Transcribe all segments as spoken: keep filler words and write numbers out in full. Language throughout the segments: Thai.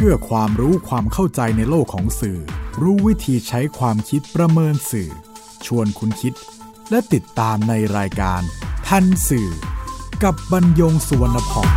พื่อความรู้ความเข้าใจในโลกของสื่อรู้วิธีใช้ความคิดประเมินสื่อชวนคุณคิดและติดตามในรายการทันสื่อกับบรรยงสุวรรณพร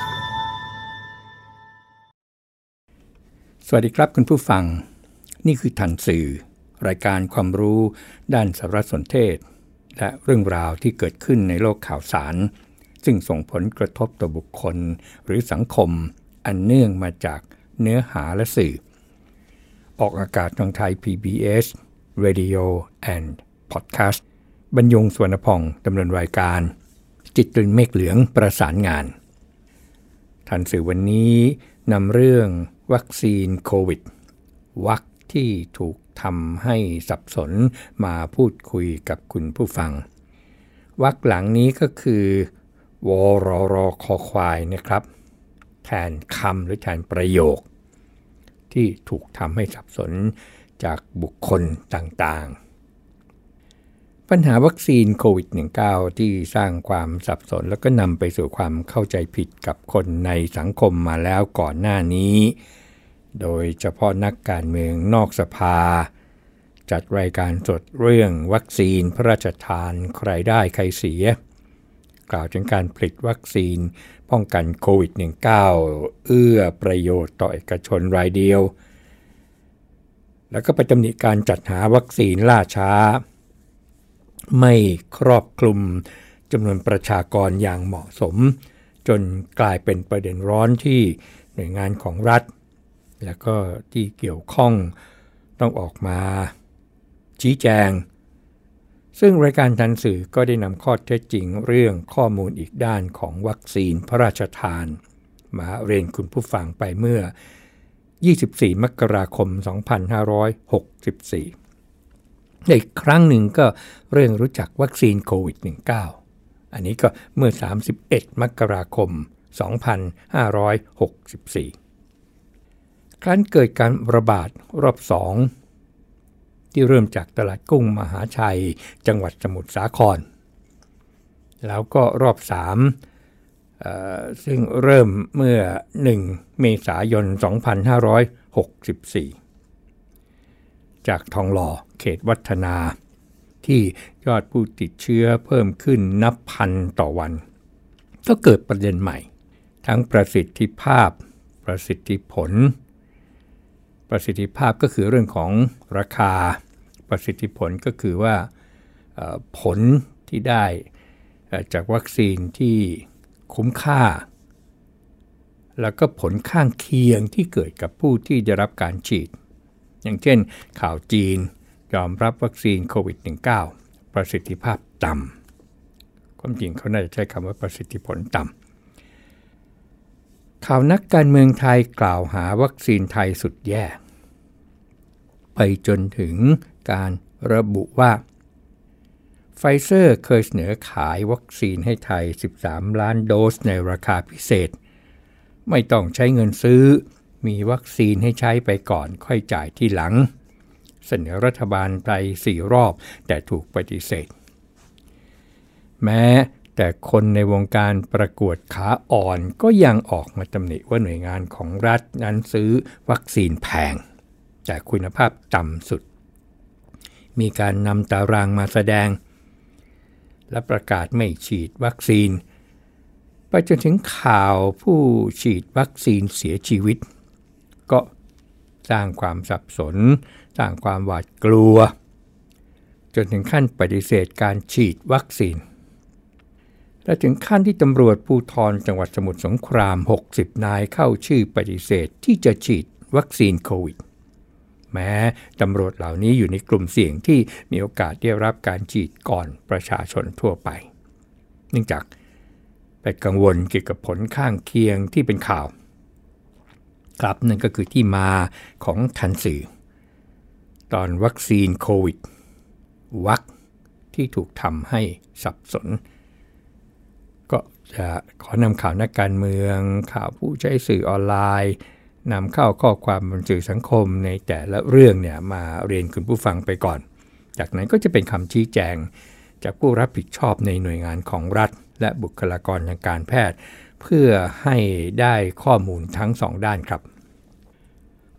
สวัสดีครับคุณผู้ฟังนี่คือทันสื่อรายการความรู้ด้านสารสนเทศและเรื่องราวที่เกิดขึ้นในโลกข่าวสารซึ่งส่งผลกระทบต่อบุคคลหรือสังคมอันเนื่องมาจากเนื้อหาและสื่อออกอากาศทางไทย พี บี เอส Radio and Podcast บรรยงสุวรรณพงษ์ดำเนินรายการจิตรินเมฆเหลืองประสานงานทันสื่อวันนี้นำเรื่องวัคซีนโควิดวัคที่ถูกทำให้สับสนมาพูดคุยกับคุณผู้ฟังวรรคหลังนี้ก็คือวรรคควายนะครับแทนคำหรือแทนประโยคที่ถูกทำให้สับสนจากบุคคลต่างๆปัญหาวัคซีนโควิด สิบเก้า ที่สร้างความสับสนแล้วก็นำไปสู่ความเข้าใจผิดกับคนในสังคมมาแล้วก่อนหน้านี้โดยเฉพาะนักการเมืองนอกสภาจัดรายการสดเรื่องวัคซีนพระราชทานใครได้ใครเสียกล่าวถึงการผลิตวัคซีนป้องกันโควิด สิบเก้า เอื้อประโยชน์ต่อเอกชนรายเดียวแล้วก็ไปตำหนิการจัดหาวัคซีนล่าช้าไม่ครอบคลุมจำนวนประชากรอย่างเหมาะสมจนกลายเป็นประเด็นร้อนที่หน่วยงานของรัฐแล้วก็ที่เกี่ยวข้องต้องออกมาชี้แจงซึ่งรายการทันสื่อก็ได้นำข้อเท็จจริงเรื่องข้อมูลอีกด้านของวัคซีนพระราชทานมาเรียนคุณผู้ฟังไปเมื่อยี่สิบสี่มกราคมสองพันห้าร้อยหกสิบสี่อีกครั้งหนึ่งก็เรื่องรู้จักวัคซีนโควิด สิบเก้า อันนี้ก็เมื่อสามสิบเอ็ดมกราคมสองพันห้าร้อยหกสิบสี่ครั้นเกิดการระบาดรอบสองที่เริ่มจากตลาดกุ้งมหาชัยจังหวัดสมุทรสาครแล้วก็รอบสามเอ่อซึ่งเริ่มเมื่อหนึ่งเมษายนสองพันห้าร้อยหกสิบสี่จากทองหล่อเขตวัฒนาที่ยอดผู้ติดเชื้อเพิ่มขึ้นนับพันต่อวันก็เกิดประเด็นใหม่ทั้งประสิทธิภาพประสิทธิผลประสิทธิภาพก็คือเรื่องของราคาประสิทธิผลก็คือว่าผลที่ได้จากวัคซีนที่คุ้มค่าแล้วก็ผลข้างเคียงที่เกิดกับผู้ที่ได้รับการฉีดอย่างเช่นข่าวจีนยอมรับวัคซีนโควิด สิบเก้า ประสิทธิภาพต่ำความจริงเขาน่าจะใช้คำว่าประสิทธิผลต่ำข่าวนักการเมืองไทยกล่าวหาวัคซีนไทยสุดแย่ไปจนถึงการระบุว่าไฟเซอร์เคยเสนอขายวัคซีนให้ไทยสิบสามล้านโดสในราคาพิเศษไม่ต้องใช้เงินซื้อมีวัคซีนให้ใช้ไปก่อนค่อยจ่ายที่หลังเสนอรัฐบาลไทยสี่รอบแต่ถูกปฏิเสธแม้แต่คนในวงการประกวดขาอ่อนก็ยังออกมาตำหนิว่าหน่วยงานของรัฐนั้นซื้อวัคซีนแพงแต่คุณภาพต่ำสุดมีการนำตารางมาแสดงและประกาศไม่ฉีดวัคซีนไปจนถึงข่าวผู้ฉีดวัคซีนเสียชีวิตก็สร้างความสับสนสร้างความหวาดกลัวจนถึงขั้นปฏิเสธการฉีดวัคซีนและถึงขั้นที่ตำรวจภูธรจังหวัดสมุทรสงครามหกสิบนายเข้าชื่อปฏิเสธที่จะฉีดวัคซีนโควิดแม้ตำรวจเหล่านี้อยู่ในกลุ่มเสี่ยงที่มีโอกาสได้รับการฉีดก่อนประชาชนทั่วไปเนื่องจากไปกังวลเกี่ยวกับผลข้างเคียงที่เป็นข่าวครับนั่นก็คือที่มาของทันสื่อตอนวัคซีนโควิดวัคที่ถูกทำให้สับสนก็จะขอนำข่าวนักการเมืองข่าวผู้ใช้สื่อออนไลน์นำเข้าข้อความบนสื่อสังคมในแต่ละเรื่องเนี่ยมาเรียนคุณผู้ฟังไปก่อนจากนั้นก็จะเป็นคำชี้แจงจากผู้รับผิดชอบในหน่วยงานของรัฐและบุคลากรทางการแพทย์เพื่อให้ได้ข้อมูลทั้งสองด้านครับ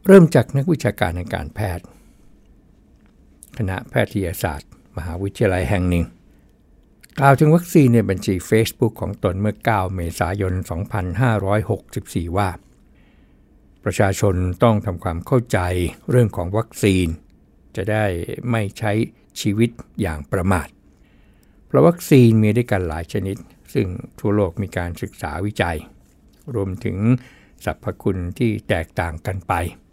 เริ่มจากนักวิชาการทางการแพทย์คณะแพทยศาสตร์มหาวิทยาลัยแห่งหนึ่งกล่าวถึงวัคซีนในบัญชี Facebook ของตนเมื่อเก้าเมษายนสองพันห้าร้อยหกสิบสี่ว่าประชาชนต้องทำความเข้าใจเรื่องของวัคซีนจะได้ไม่ใช้ชีวิตอย่างประมาทเพราะวัคซีนมีด้วยกันหลายชนิดซึ่งทั่วโลกมีการศึกษาวิจัยรวมถึงสรรพคุณที่แตกต่างกันไป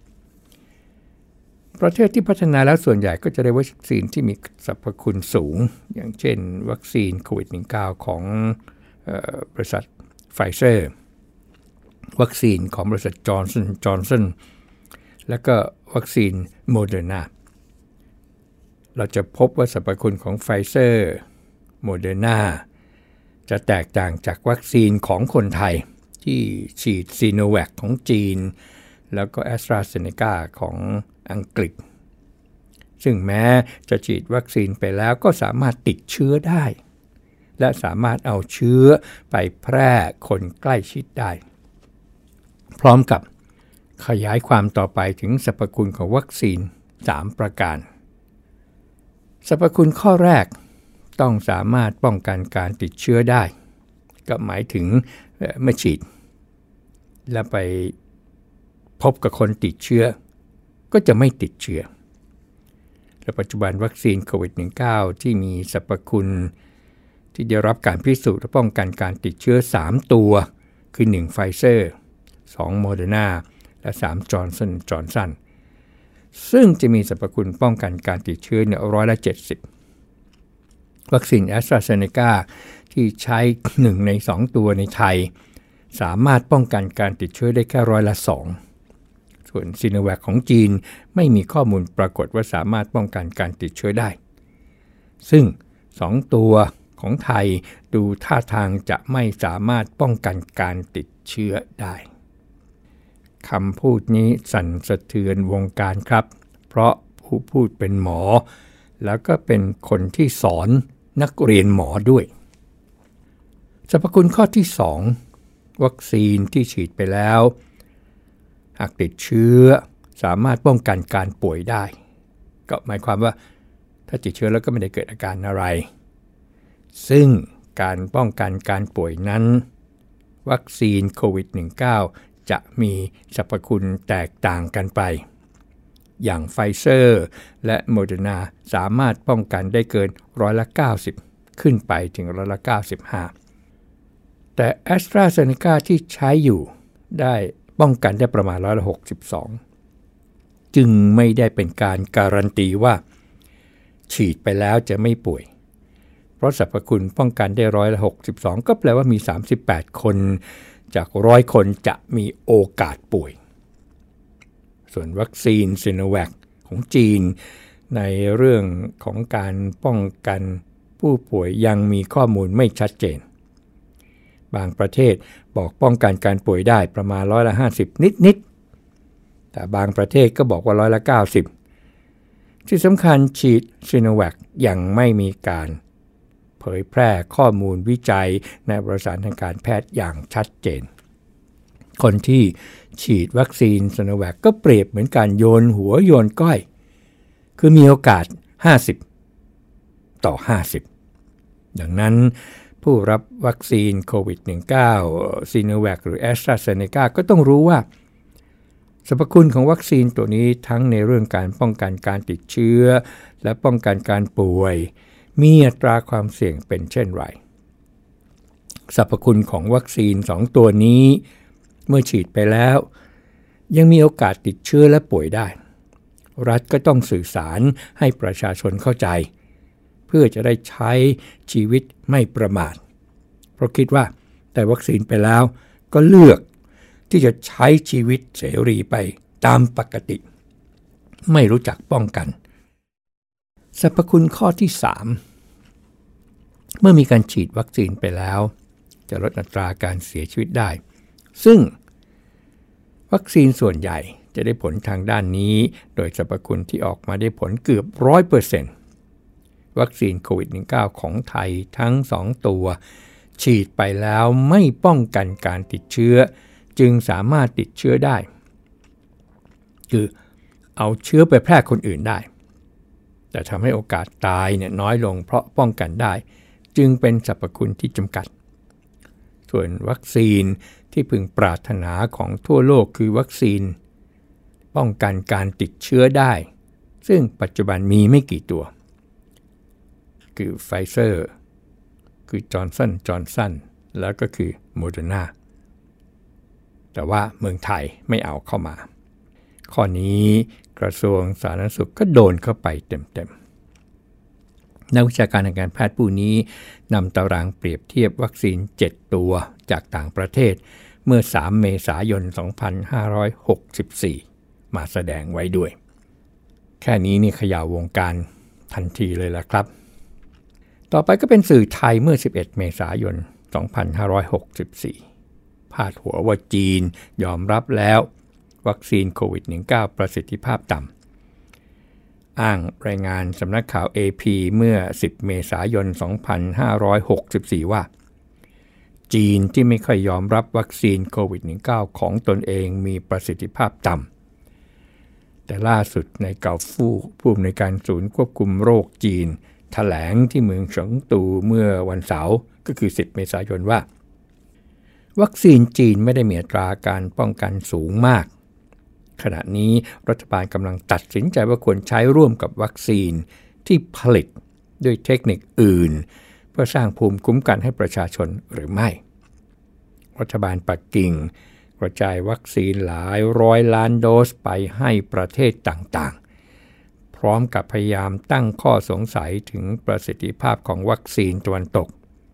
ประเทศที่พัฒนาแล้วส่วนใหญ่ก็จะได้วัคซีนที่มีสรรพคุณสูงอย่างเช่นวัคซีนโควิด สิบเก้า ของเอ่อบริษัทไฟเซอร์วัคซีนของบริษัทจอห์นสัน จอห์นสันและก็วัคซีนโมเดอร์นาเราจะพบว่าสรรพคุณของไฟเซอร์โมเดอร์นาจะแตกต่างจากวัคซีนของคนไทยที่ฉีดซีโนแวคของจีนแล้วก็แอสตราเซเนกาของอังกฤษซึ่งแม้จะฉีดวัคซีนไปแล้วก็สามารถติดเชื้อได้และสามารถเอาเชื้อไปแพร่คนใกล้ชิดได้พร้อมกับขยายความต่อไปถึงสรรพคุณของวัคซีนสามประการสรรพคุณข้อแรกต้องสามารถป้องกันการติดเชื้อได้ก็หมายถึงเมื่อฉีดแล้วไปพบกับคนติดเชื้อก็จะไม่ติดเชื้อและปัจจุบันวัคซีนโควิด สิบเก้า ที่มีสรรพคุณที่ได้รับการพิสูจน์และป้องกันการติดเชื้อสามตัวคือหนึ่งไฟเซอร์สองโมเดอร์นาและสามจอห์นสัน จอห์นสันซึ่งจะมีสรรพคุณป้องกันการติดเชื้อเนี่ยร้อยละเจ็ดสิบวัคซีนแอสตราเซเนกาที่ใช้หนึ่งในสองตัวในไทยสามารถป้องกันการติดเชื้อได้แค่ร้อยละสองส่วนซีโนแวคของจีนไม่มีข้อมูลปรากฏว่าสามารถป้องกันการติดเชื้อได้ซึ่งสองตัวของไทยดูท่าทางจะไม่สามารถป้องกันการติดเชื้อได้คำพูดนี้สั่นสะเทือนวงการครับเพราะผู้พูดเป็นหมอแล้วก็เป็นคนที่สอนนักเรียนหมอด้วยสรรพคุณข้อที่สองวัคซีนที่ฉีดไปแล้วหากติดเชื้อสามารถป้องกันการป่วยได้ก็หมายความว่าถ้าติดเชื้อแล้วก็ไม่ได้เกิดอาการอะไรซึ่งการป้องกันการป่วยนั้นวัคซีนโควิด สิบเก้า จะมีสรรพคุณแตกต่างกันไปอย่างไฟเซอร์และโมเดอร์นาสามารถป้องกันได้เกินร้อยละเก้าสิบขึ้นไปถึงร้อยละเก้าสิบห้าแต่แอสตราเซเนกาที่ใช้อยู่ได้ป้องกันได้ประมาณร้อยละหกสิบสองจึงไม่ได้เป็นการการันตีว่าฉีดไปแล้วจะไม่ป่วยเพราะสรรพคุณป้องกันได้ร้อยละหกสิบสองก็แปลว่ามีสามสิบแปดคนจากร้อยคนจะมีโอกาสป่วยส่วนวัคซีนซีโนแวคของจีนในเรื่องของการป้องกันผู้ป่วยยังมีข้อมูลไม่ชัดเจนบางประเทศบอกป้องกันการป่วยได้ประมาณร้อยละห้าสิบนิดๆแต่บางประเทศก็บอกว่าร้อยละเก้าสิบที่สำคัญฉีดซีโนแวคยังไม่มีการเผยแพร่ข้อมูลวิจัยในวารสารทางการแพทย์อย่างชัดเจนคนที่ฉีดวัคซีนซีโนแวคก็เปรียบเหมือนการโยนหัวโยนก้อยคือมีโอกาสห้าสิบต่อห้าสิบดังนั้นผู้รับวัคซีนโควิด สิบเก้า ซีโนแวคหรือแอสตราเซเนกาก็ต้องรู้ว่าสรรพคุณของวัคซีนตัวนี้ทั้งในเรื่องการป้องกันการติดเชื้อและป้องกันการป่วยมีอัตราความเสี่ยงเป็นเช่นไรสรรพคุณของวัคซีนสองตัวนี้เมื่อฉีดไปแล้วยังมีโอกาสติดเชื้อและป่วยได้รัฐก็ต้องสื่อสารให้ประชาชนเข้าใจเพื่อจะได้ใช้ชีวิตไม่ประมาทเพราะคิดว่าแต่วัคซีนไปแล้วก็เลือกที่จะใช้ชีวิตเสรีไปตามปกติไม่รู้จักป้องกันสรรพคุณข้อที่สามเมื่อมีการฉีดวัคซีนไปแล้วจะลดอัตราการเสียชีวิตได้ซึ่งวัคซีนส่วนใหญ่จะได้ผลทางด้านนี้โดยสรรพคุณที่ออกมาได้ผลเกือบ ร้อยเปอร์เซ็นต์ วัคซีนโควิด สิบเก้า ของไทยทั้งสองตัวฉีดไปแล้วไม่ป้องกันการติดเชื้อจึงสามารถติดเชื้อได้คือเอาเชื้อไปแพร่คนอื่นได้แต่ทำให้โอกาสตายเนี่ยน้อยลงเพราะป้องกันได้จึงเป็นสรรพคุณที่จำกัดส่วนวัคซีนที่พึงปรารถนาของทั่วโลกคือวัคซีนป้องกันการติดเชื้อได้ซึ่งปัจจุบันมีไม่กี่ตัวคือไฟเซอร์คือจอห์นสันจอห์นสันแล้วก็คือโมเดอร์นาแต่ว่าเมืองไทยไม่เอาเข้ามาข้อนี้กระทรวงสาธารณสุขก็โดนเข้าไปเต็มๆนักวิชาการทางการแพทย์ผู้นี้นำตารางเปรียบเทียบวัคซีนเจ็ดตัวจากต่างประเทศเมื่อสามเมษายนสองพันห้าร้อยหกสิบสี่มาแสดงไว้ด้วยแค่นี้นี่เขย่าวงการทันทีเลยล่ะครับต่อไปก็เป็นสื่อไทยเมื่อสิบเอ็ดเมษายนสองพันห้าร้อยหกสิบสี่พาดหัวว่าจีนยอมรับแล้ววัคซีนโควิด สิบเก้า ประสิทธิภาพต่ำอ้างรายงานสำนักข่าว เอ พี เมื่อสิบเมษายนสองพันห้าร้อยหกสิบสี่ว่าจีนที่ไม่ค่อยยอมรับวัคซีนโควิด สิบเก้า ของตนเองมีประสิทธิภาพต่ำแต่ล่าสุดในเกาฟู่ผู้อำนวยการศูนย์ควบคุมโรคจีนแถลงที่เมืองเฉิงตูเมื่อวันเสาร์ก็คือสิบเมษายนว่าวัคซีนจีนไม่ได้มีอัตราการป้องกันสูงมากขณะนี้รัฐบาลกำลังตัดสินใจว่าควรใช้ร่วมกับวัคซีนที่ผลิตด้วยเทคนิคอื่นเพื่อสร้างภูมิคุ้มกันให้ประชาชนหรือไม่รัฐบาลปักกิ่งกระจายวัคซีนหลายร้อยล้านโดสไปให้ประเทศต่างๆพร้อมกับพยายามตั้งข้อสงสัยถึงประสิทธิภาพของวัคซีนตะวันตก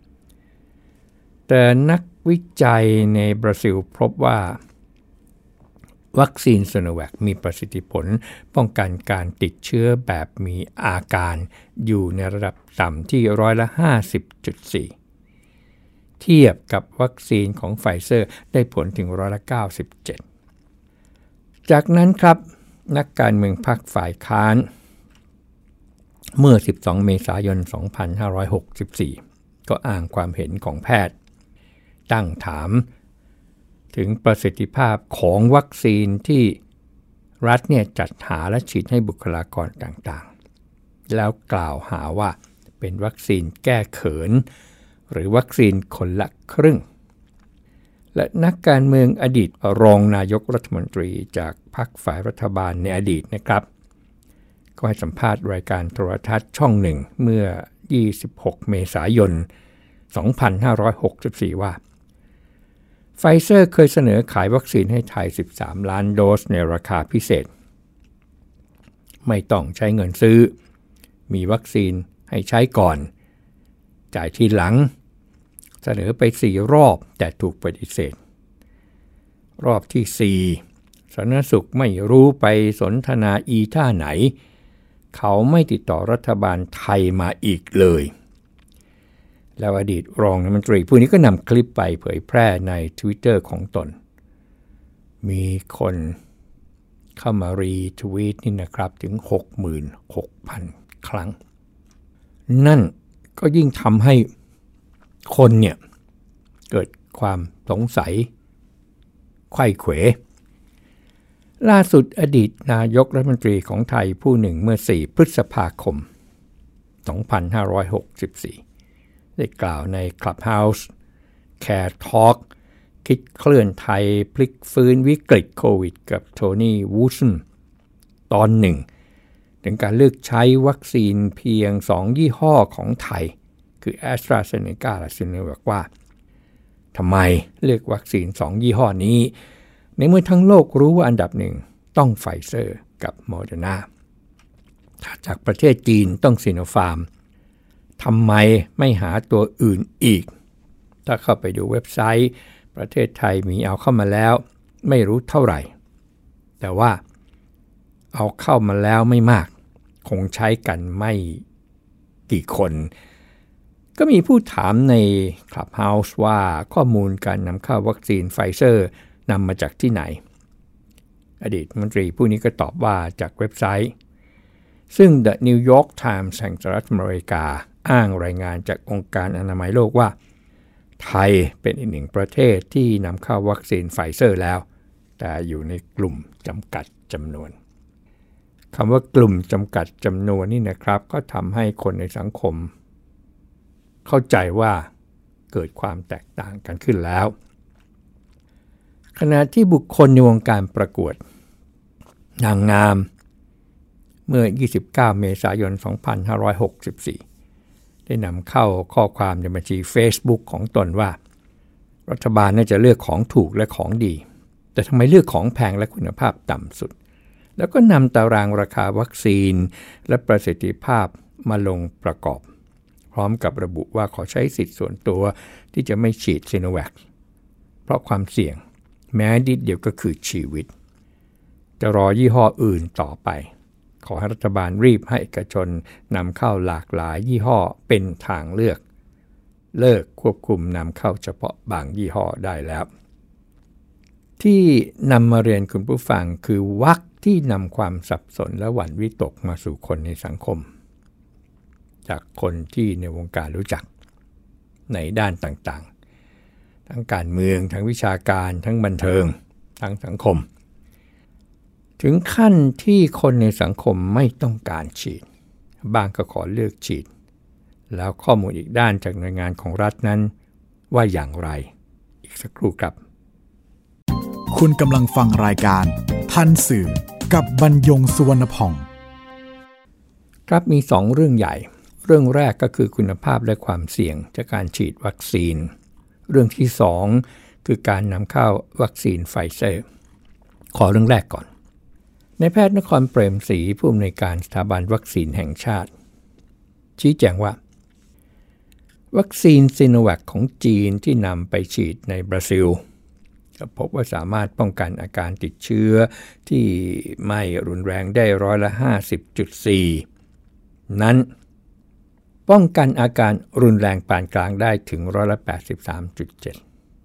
แต่นักวิจัยในบราซิลพบว่าวัคซีนซิโนแวคมีประสิทธิผลป้องกันการติดเชื้อแบบมีอาการอยู่ในระดับต่ำที่ร้อยละ ห้าสิบจุดสี่ เทียบกับวัคซีนของไฟเซอร์ได้ผลถึงร้อยละ เก้าสิบเจ็ด จากนั้นครับนักการเมืองพรรคฝ่ายค้านเมื่อสิบสองเมษายนสองพันห้าร้อยหกสิบสี่ก็อ้างความเห็นของแพทย์ตั้งถามถึงประสิทธิภาพของวัคซีนที่รัฐเนี่ยจัดหาและฉีดให้บุคลากรต่างๆแล้วกล่าวหาว่าเป็นวัคซีนแก้เขินหรือวัคซีนคนละครึ่งและนักการเมืองอดีตรองนายกรัฐมนตรีจากพรรคฝ่ายรัฐบาลในอดีตนะครับก็ให้สัมภาษณ์รายการโทรทัศน์ช่องหนึ่งเมื่อยี่สิบหกเมษายนสองพันห้าร้อยหกสิบสี่ว่าไฟเซอร์เคยเสนอขายวัคซีนให้ไทยสิบสามล้านโดสในราคาพิเศษไม่ต้องใช้เงินซื้อมีวัคซีนให้ใช้ก่อนจ่ายทีหลังเสนอไปสี่รอบแต่ถูกปฏิเสธรอบที่สี่สาธารณสุขไม่รู้ไปสนทนาอีท่าไหนเขาไม่ติดต่อรัฐบาลไทยมาอีกเลยแล้วอดีตรองนายกรัฐมนตรีผู้นี้ก็นำคลิปไปเผยแพร่ใน Twitter ของตนมีคนเข้ามารีทวีตนี่นะครับถึง หกหมื่นหกพัน ครั้งนั่นก็ยิ่งทำให้คนเนี่ยเกิดความสงสัยไขว้เขวล่าสุดอดีตนายกรัฐมนตรีของไทยผู้หนึ่งเมื่อสี่พฤษภาคมสองพันห้าร้อยหกสิบสี่ได้กล่าวใน Clubhouse Care Talk คิดเคลื่อนไทยพลิกฟื้นวิกฤตโควิดกับโทนี่วูดสันตอนหนึ่งถึงการเลือกใช้วัคซีนเพียงสองยี่ห้อของไทยคือ AstraZeneca และ Sinovac ว่าทำไมเลือกวัคซีนสองยี่ห้อนี้ในเมื่อทั้งโลกรู้ว่าอันดับหนึ่งต้องไฟเซอร์กับโมเดอร์นาถ้าจากประเทศจีนต้องซิโนฟาร์มทำไมไม่หาตัวอื่นอีกถ้าเข้าไปดูเว็บไซต์ประเทศไทยมีเอาเข้ามาแล้วไม่รู้เท่าไหร่แต่ว่าเอาเข้ามาแล้วไม่มากคงใช้กันไม่กี่คนก็มีผู้ถามใน Clubhouse ว่าข้อมูลการนำเข้าวัคซีนไฟเซอร์นำมาจากที่ไหนอดีตมนตรีผู้นี้ก็ตอบว่าจากเว็บไซต์ซึ่ง The New York Times แห่งสหรัฐอเมริกาอ้างรายงานจากองค์การอนามัยโลกว่าไทยเป็นอีกหนึ่งประเทศที่นำเข้าวัคซีนไฟเซอร์แล้วแต่อยู่ในกลุ่มจำกัดจำนวนคำว่ากลุ่มจำกัดจำนวนนี่นะครับก็ทำให้คนในสังคมเข้าใจว่าเกิดความแตกต่างกันขึ้นแล้วขณะที่บุคคลในวงการประกวดนางงามเมื่อยี่สิบเก้าเมษายนสองพันห้าร้อยหกสิบสี่ได้นำเข้าข้อความในบัญชี Facebook ของตนว่ารัฐบาลน่าจะเลือกของถูกและของดีแต่ทำไมเลือกของแพงและคุณภาพต่ำสุดแล้วก็นำตารางราคาวัคซีนและประสิทธิภาพมาลงประกอบพร้อมกับระบุว่าขอใช้สิทธิ์ส่วนตัวที่จะไม่ฉีดซิโนแวคเพราะความเสี่ยงแม้นิดเดียวก็คือชีวิตจะรอยี่ห้ออื่นต่อไปขอให้รัฐบาลรีบให้เอกชนนำเข้าหลากหลายยี่ห้อเป็นทางเลือกเลิกควบคุมนำเข้าเฉพาะบางยี่ห้อได้แล้วที่นำมาเรียนคุณผู้ฟังคือวรรคที่นำความสับสนและหวั่นวิตกมาสู่คนในสังคมจากคนที่ในวงการรู้จักในด้านต่างๆทั้งการเมืองทั้งวิชาการทั้งบันเทิงทั้งสังคมถึงขั้นที่คนในสังคมไม่ต้องการฉีดบางก็ขอเลือกฉีดแล้วข้อมูลอีกด้านจากหน่วยงานของรัฐนั้นว่าอย่างไรอีกสักครู่ครับคุณกำลังฟังรายการทันสื่อกับบรรยงสุวรรณพองครับมีสองเรื่องใหญ่เรื่องแรกก็คือคุณภาพและความเสี่ยงจากการฉีดวัคซีนเรื่องที่สองคือการนำเข้าวัคซีนไฟเซอร์ขอเรื่องแรกก่อนนายแพทย์นครเปรมศรีผู้อำนวยการสถาบันวัคซีนแห่งชาติชี้แจงว่าวัคซีนซิโนแวคของจีนที่นำไปฉีดในบราซิลพบว่าสามารถป้องกันอาการติดเชื้อที่ไม่รุนแรงได้ร้อยละ ห้าสิบจุดสี่ นั้นป้องกันอาการรุนแรงปานกลางได้ถึงร้อยละ แปดสิบสามจุดเจ็ด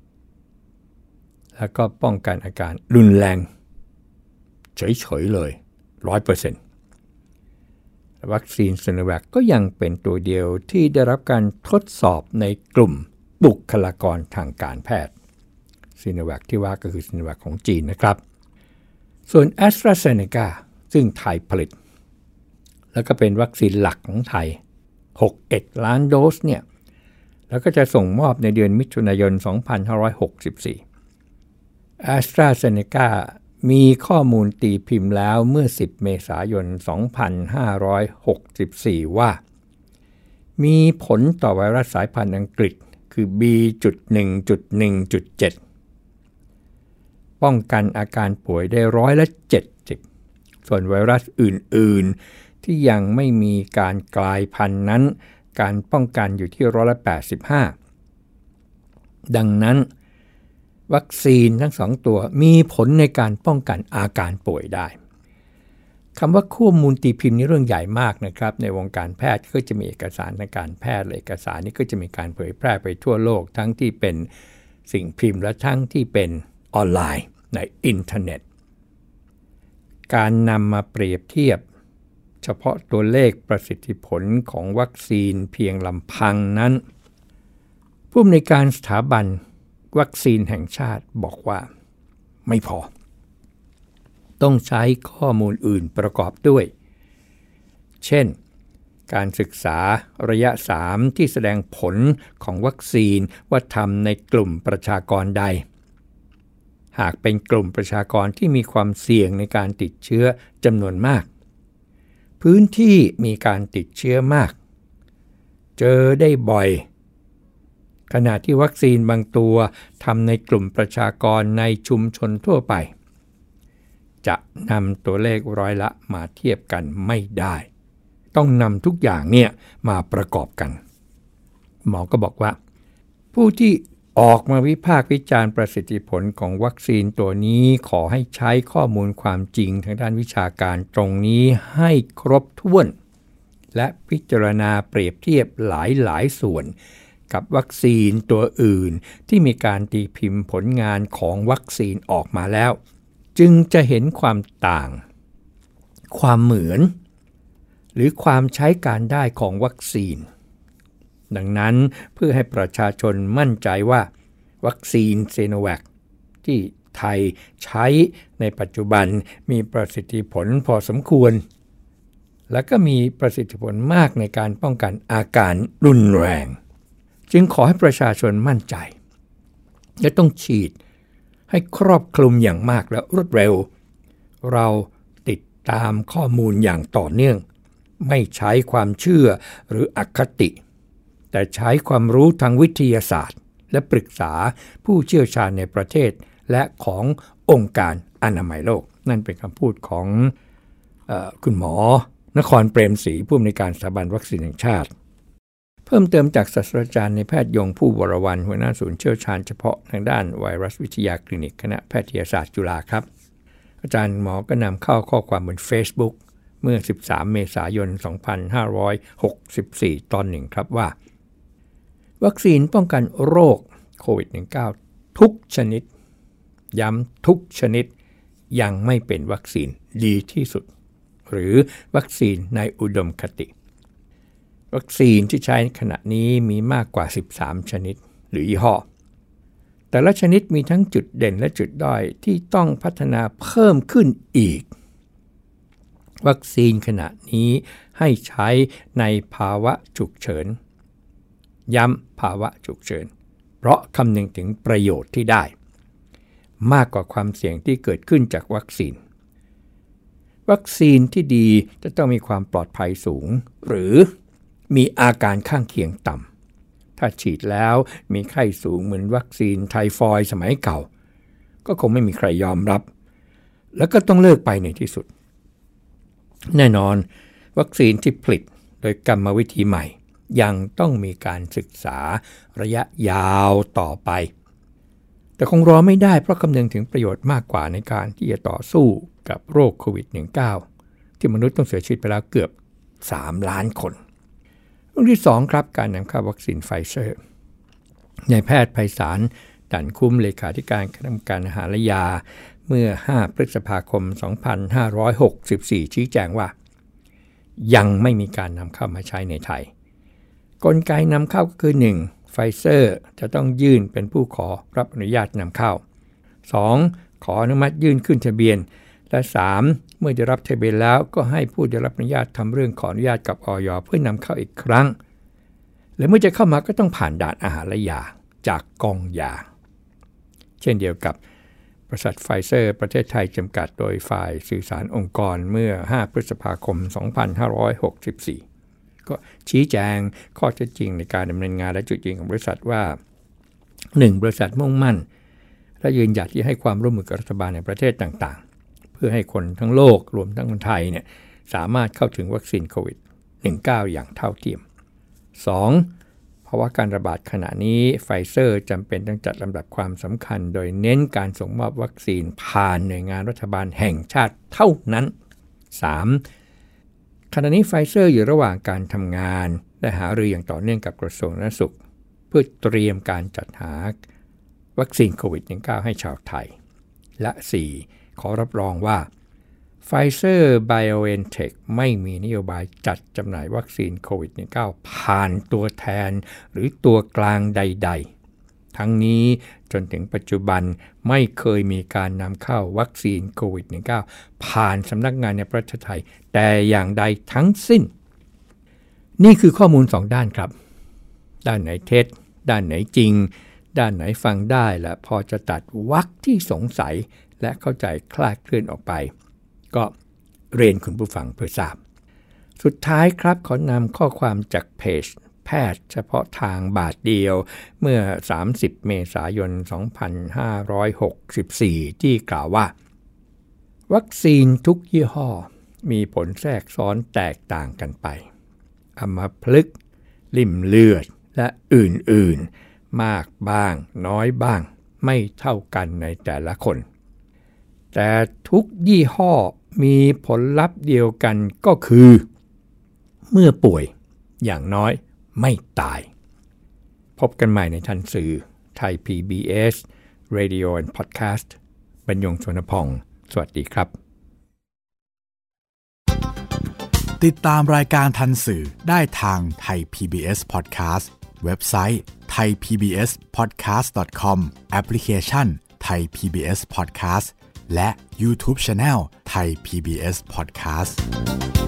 แล้วก็ป้องกันอาการรุนแรงเฉยๆเลย ร้อยเปอร์เซ็นต์ วัคซีนซิโนแวคก็ยังเป็นตัวเดียวที่ได้รับการทดสอบในกลุ่มบุคลากรทางการแพทย์ซิโนแวคที่ว่าก็คือซิโนแวคของจีนนะครับส่วน AstraZeneca ซึ่งไทยผลิตแล้วก็เป็นวัคซีนหลักของไทยหกสิบเอ็ดล้านโดสเนี่ยแล้วก็จะส่งมอบในเดือนมิถุนายนสองพันห้าร้อยหกสิบสี่ AstraZeneca มีข้อมูลตีพิมพ์แล้วเมื่อสิบเมษายนสองพันห้าร้อยหกสิบสี่ว่ามีผลต่อไวรัสสายพันธุ์อังกฤษคือ บี หนึ่งจุดหนึ่งจุดเจ็ด ป้องกันอาการป่วยได้ร้อยละเจ็ดสิบส่วนไวรัสอื่นๆที่ยังไม่มีการกลายพันธุ์นั้นการป้องกันอยู่ที่ร้อยละแปดสิบห้าดังนั้นวัคซีนทั้งสองตัวมีผลในการป้องกันอาการป่วยได้คำว่าข้อมูลตีพิมพ์นี่เรื่องใหญ่มากนะครับในวงการแพทย์ก็จะมีเอกสารทางการแพทย์เอกสารนี้ก็จะมีการเผยแพร่ไปทั่วโลกทั้งที่เป็นสิ่งพิมพ์และทั้งที่เป็นออนไลน์ในอินเทอร์เน็ตการนำมาเปรียบเทียบเฉพาะตัวเลขประสิทธิผลของวัคซีนเพียงลำพังนั้นผู้อำนวยการสถาบันวัคซีนแห่งชาติบอกว่าไม่พอต้องใช้ข้อมูลอื่นประกอบด้วยเช่นการศึกษาระยะสามที่แสดงผลของวัคซีนว่าทำในกลุ่มประชากรใดหากเป็นกลุ่มประชากรที่มีความเสี่ยงในการติดเชื้อจำนวนมากพื้นที่มีการติดเชื้อมากเจอได้บ่อยขณะที่วัคซีนบางตัวทำในกลุ่มประชากรในชุมชนทั่วไปจะนำตัวเลขร้อยละมาเทียบกันไม่ได้ต้องนำทุกอย่างเนี่ยมาประกอบกันหมอก็บอกว่าผู้ที่ออกมาวิพากษ์วิจารณ์ประสิทธิผลของวัคซีนตัวนี้ขอให้ใช้ข้อมูลความจริงทางด้านวิชาการตรงนี้ให้ครบถ้วนและพิจารณาเปรียบเทียบหลายๆส่วนกับวัคซีนตัวอื่นที่มีการตีพิมพ์ผลงานของวัคซีนออกมาแล้วจึงจะเห็นความต่างความเหมือนหรือความใช้การได้ของวัคซีนดังนั้นเพื่อให้ประชาชนมั่นใจว่าวัคซีนซิโนแวคที่ไทยใช้ในปัจจุบันมีประสิทธิผลพอสมควรและก็มีประสิทธิผลมากในการป้องกันอาการรุนแรงจึงขอให้ประชาชนมั่นใจและต้องฉีดให้ครอบคลุมอย่างมากและรวดเร็วเราติดตามข้อมูลอย่างต่อเนื่องไม่ใช้ความเชื่อหรืออคติแต่ใช้ความรู้ทางวิทยาศาสตร์และปรึกษาผู้เชี่ยวชาญในประเทศและขององค์การอนามัยโลกนั่นเป็นคำพูดของเอ่อคุณหมอนครเปรมศรีผู้อำนวยการสถาบันวัคซีนแห่งชาติเพิ่มเติมจากศาสตราจารย์ในแพทย์ยงผู้วรวรรณหัวหน้าศูนย์เชี่ยวชาญเฉพาะทางด้านไวรัสวิทยาคลินิกคณะแพทยศาสตร์จุฬาครับอาจารย์หมอก็นำเข้าข้อความบน Facebook เมื่อสิบสามเมษายนสองพันห้าร้อยหกสิบสี่ตอนหนึ่งครับว่าวัคซีนป้องกันโรคโควิด สิบเก้า ทุกชนิดย้ำทุกชนิดยังไม่เป็นวัคซีนดีที่สุดหรือวัคซีนในอุดมคติวัคซีนที่ใช้ขณะนี้มีมากกว่าสิบสามชนิดหรือยี่ห้อแต่ละชนิดมีทั้งจุดเด่นและจุดด้อยที่ต้องพัฒนาเพิ่มขึ้นอีกวัคซีนขณะนี้ให้ใช้ในภาวะฉุกเฉินย้ำภาวะฉุกเฉินเพราะคำนึงถึงประโยชน์ที่ได้มากกว่าความเสี่ยงที่เกิดขึ้นจากวัคซีนวัคซีนที่ดีจะต้องมีความปลอดภัยสูงหรือมีอาการข้างเคียงต่ำถ้าฉีดแล้วมีไข้สูงเหมือนวัคซีนไทฟอยด์สมัยเก่าก็คงไม่มีใครยอมรับแล้วก็ต้องเลิกไปในที่สุดแน่นอนวัคซีนที่ผลิตโดยกรรมวิธีใหม่ยังต้องมีการศึกษาระยะยาวต่อไปแต่คงรอไม่ได้เพราะคำนึงถึงประโยชน์มากกว่าในการที่จะต่อสู้กับโรคโควิด สิบเก้า ที่มนุษย์ต้องเสียชีวิตไปแล้วเกือบสามล้านคนเรื่องที่สองครับการนำเข้าวัคซีนไฟเซอร์นายแพทย์ไพศาลดั่นคุ้มเลขาธิการคณะกรรมการอาหารและยาเมื่อห้าพฤษภาคมสองพันห้าร้อยหกสิบสี่ชี้แจงว่ายังไม่มีการนำเข้ามาใช้ในไทยกลไกนำเข้าก็คือหนึ่งไฟเซอร์จะต้องยื่นเป็นผู้ขอรับอนุญาตนำเข้าสองขออนุมัติยื่นขึ้นทะเบียนและสามเมื่อได้รับทะเบียนแล้วก็ให้ผู้ได้รับอนุญาตทำเรื่องขออนุญาตกับอย.เพื่อนำเข้าอีกครั้งและเมื่อจะเข้ามาก็ต้องผ่านด่านอาหารและยาจากกองยาเช่นเดียวกับบริษัทไฟเซอร์ประเทศไทยจำกัดโดยฝ่ายสื่อสารองค์กรเมื่อห้าพฤษภาคมสองพันห้าร้อยหกสิบสี่ก็ชี้แจงข้อเท็จจริงในการดำเนินงานและจุดยืนของบริษัทว่า หนึ่ง บริษัทมุ่งมั่นและยืนหยัดที่ให้ความร่วมมือกับรัฐบาลในประเทศต่างๆเพื่อให้คนทั้งโลกรวมทั้งคนไทยเนี่ยสามารถเข้าถึงวัคซีนโควิด สิบเก้า อย่างเท่าเทียม สอง เพราะว่าการระบาดขณะนี้ไฟเซอร์จำเป็นต้องจัดลำดับความสำคัญโดยเน้นการส่งมอบวัคซีนผ่านหน่วยงานรัฐบาลแห่งชาติเท่านั้น สาม ขณะนี้ไฟเซอร์อยู่ระหว่างการทำงานและหารืออย่างต่อเนื่องกับกระทรวงสาธารณสุขเพื่อเตรียมการจัดหาวัคซีนโควิด สิบเก้า ให้ชาวไทยและ สี่ ขอรับรองว่า Pfizer BioNTech ไม่มีนโยบายจัดจำหน่ายวัคซีนโควิด สิบเก้า ผ่านตัวแทนหรือตัวกลางใดๆทั้งนี้จนถึงปัจจุบันไม่เคยมีการนำเข้าวัคซีนโควิด สิบเก้า ผ่านสำนักงานในประเทศไทยแต่อย่างใดทั้งสิ้นนี่คือข้อมูลสองด้านครับด้านไหนเท็จด้านไหนจริงด้านไหนฟังได้และพอจะตัดวรรคที่สงสัยและเข้าใจคลาดเคลื่อนออกไปก็เรียนคุณผู้ฟังเพื่อทราบสุดท้ายครับขอนำข้อความจากเพจแพทย์เฉพาะทางบาทเดียวเมื่อสามสิบเมษายนสองพันห้าร้อยหกสิบสี่ที่กล่าวว่าวัคซีนทุกยี่ห้อมีผลแทรกซ้อนแตกต่างกันไปอัมพฤกษ์ลิ่มเลือดและอื่นๆมากบ้างน้อยบ้างไม่เท่ากันในแต่ละคนแต่ทุกยี่ห้อมีผลลัพธ์เดียวกันก็คือเมื่อป่วยอย่างน้อยไม่ตายพบกันใหม่ในทันสื่อไทย พี บี เอส Radio and Podcast บรรยงชวนพงศ์สวัสดีครับติดตามรายการทันสื่อได้ทางไทย พี บี เอส Podcast เว็บไซต์ ไทย พี บี เอส พอดแคสต์ ดอท คอม แอปพลิเคชัน Thai พี บี เอส Podcast และ YouTube Channel Thai พี บี เอส Podcast